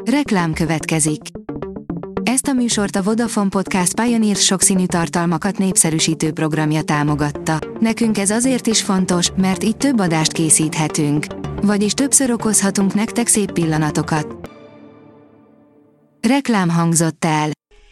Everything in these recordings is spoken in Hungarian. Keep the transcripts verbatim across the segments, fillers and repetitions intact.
Reklám következik. Ezt a műsort a Vodafone Podcast Pioneer sokszínű tartalmakat népszerűsítő programja támogatta. Nekünk ez azért is fontos, mert így több adást készíthetünk. Vagyis többször okozhatunk nektek szép pillanatokat. Reklám hangzott el.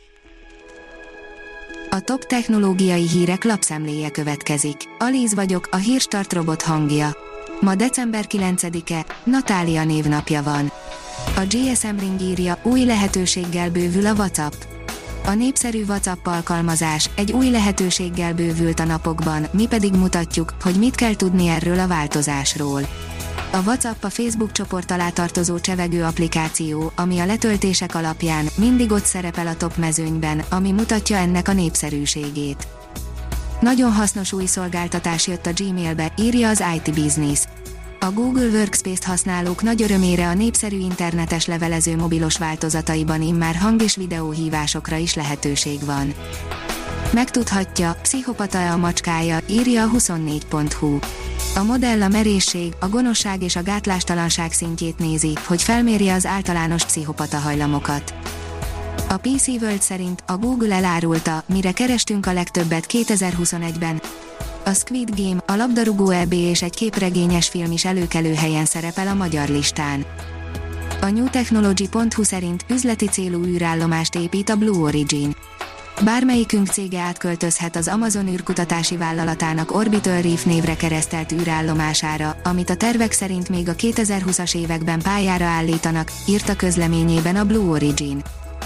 A top technológiai hírek lapszemléje következik. Alíz vagyok, a Hírstart robot hangja. Ma december kilencedike, Natália névnapja van. A gé es em Ring írja, új lehetőséggel bővül a WhatsApp. A népszerű WhatsApp alkalmazás egy új lehetőséggel bővült a napokban, mi pedig mutatjuk, hogy mit kell tudni erről a változásról. A WhatsApp a Facebook csoport alá tartozó csevegő applikáció, ami a letöltések alapján mindig ott szerepel a top mezőnyben, ami mutatja ennek a népszerűségét. Nagyon hasznos új szolgáltatás jött a Gmailbe, írja az i té Business. A Google Workspace-t használók nagy örömére a népszerű internetes levelező mobilos változataiban immár hang- és videóhívásokra is lehetőség van. Megtudhatja, pszichopata-e a macskája, írja a huszonnégy pont hu. A modell a merészség, a gonoszság és a gátlástalanság szintjét nézi, hogy felmérje az általános pszichopata hajlamokat. A pé cé World szerint a Google elárulta, mire kerestünk a legtöbbet kétezer-huszonegyben. A Squid Game, a labdarúgó é bé és egy képregényes film is előkelő helyen szerepel a magyar listán. A newtechnology pont hu szerint üzleti célú űrállomást épít a Blue Origin. Bármelyikünk cége átköltözhet az Amazon űrkutatási vállalatának Orbital Reef névre keresztelt űrállomására, amit a tervek szerint még a kétezer-húszas években pályára állítanak, írta közleményében a Blue Origin.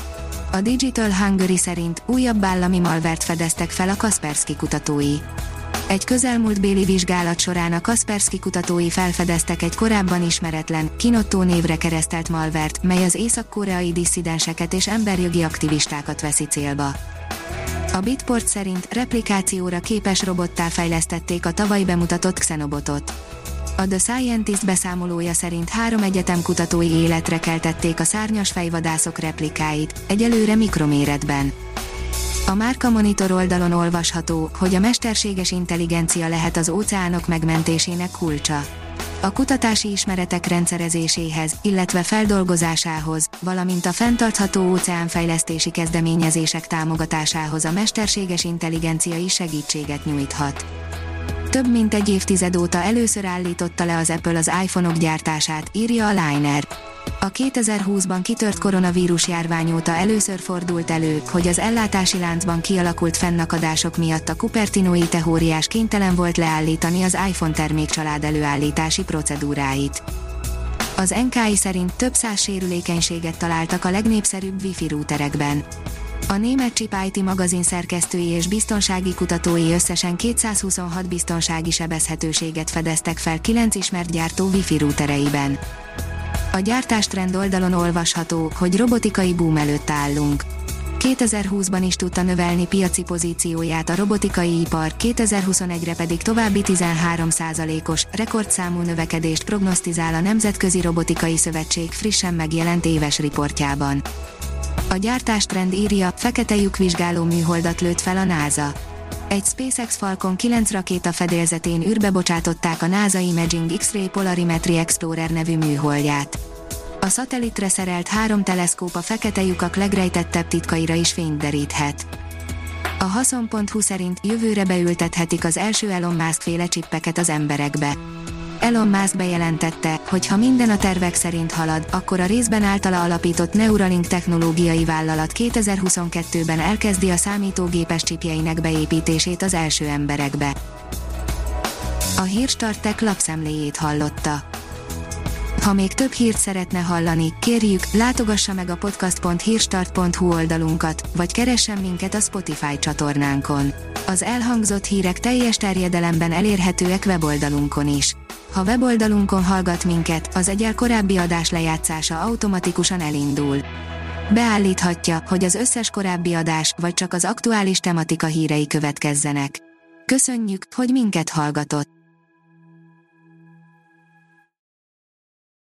A Digital Hungary szerint újabb állami malvert fedeztek fel a Kaspersky kutatói. Egy közelmúltbéli vizsgálat során a Kaspersky kutatói felfedeztek egy korábban ismeretlen, Kinotto névre keresztelt malvert, mely az észak-koreai disszidenseket és emberjogi aktivistákat veszi célba. A Bitport szerint replikációra képes robottá fejlesztették a tavaly bemutatott Xenobotot. A The Scientist beszámolója szerint három egyetem kutatói életre keltették a szárnyas fejvadászok replikáit, egyelőre mikroméretben. A Márka Monitor oldalon olvasható, hogy a mesterséges intelligencia lehet az óceánok megmentésének kulcsa. A kutatási ismeretek rendszerezéséhez, illetve feldolgozásához, valamint a fenntartható óceánfejlesztési kezdeményezések támogatásához a mesterséges intelligencia is segítséget nyújthat. Több mint egy évtized óta először állította le az Apple az iPhone-ok gyártását, írja a Liner. A kétezer-húszban kitört koronavírus járvány óta először fordult elő, hogy az ellátási láncban kialakult fennakadások miatt a Cupertino-i teóriás kénytelen volt leállítani az iPhone termékcsalád előállítási procedúráit. Az en ká i szerint több száz sérülékenységet találtak a legnépszerűbb Wi-Fi routerekben. A német Chip i té magazin szerkesztői és biztonsági kutatói összesen kétszázhuszonhat biztonsági sebezhetőséget fedeztek fel kilenc ismert gyártó Wi-Fi routereiben. A gyártástrend oldalon olvasható, hogy robotikai boom előtt állunk. kétezer-húszban is tudta növelni piaci pozícióját a robotikai ipar, kétezer-huszonegyre pedig további tizenhárom százalékos, rekordszámú növekedést prognosztizál a Nemzetközi Robotikai Szövetség frissen megjelent éves riportjában. A gyártástrend írja, fekete lyuk vizsgáló műholdat lőtt fel a NASA. Egy SpaceX Falcon kilenc rakéta fedélzetén űrbe bocsátották a NASA Imaging X-ray Polarimetry Explorer nevű műholdját. A szatellitre szerelt három teleszkóp a fekete lyukak legrejtettebb titkaira is fényt deríthet. A haszon pont hu szerint jövőre beültethetik az első Elon Musk féle csippeket az emberekbe. Elon Musk bejelentette, hogy ha minden a tervek szerint halad, akkor a részben általa alapított Neuralink technológiai vállalat kétezer-huszonkettőben elkezdi a számítógépes csipjeinek beépítését az első emberekbe. A Hírstart Tech lapszemléjét hallotta. Ha még több hírt szeretne hallani, kérjük, látogassa meg a podcast pont hírstart pont hu oldalunkat, vagy keressen minket a Spotify csatornánkon. Az elhangzott hírek teljes terjedelemben elérhetőek weboldalunkon is. Ha weboldalunkon hallgat minket, az egyel korábbi adás lejátszása automatikusan elindul. Beállíthatja, hogy az összes korábbi adás, vagy csak az aktuális tematika hírei következzenek. Köszönjük, hogy minket hallgatott!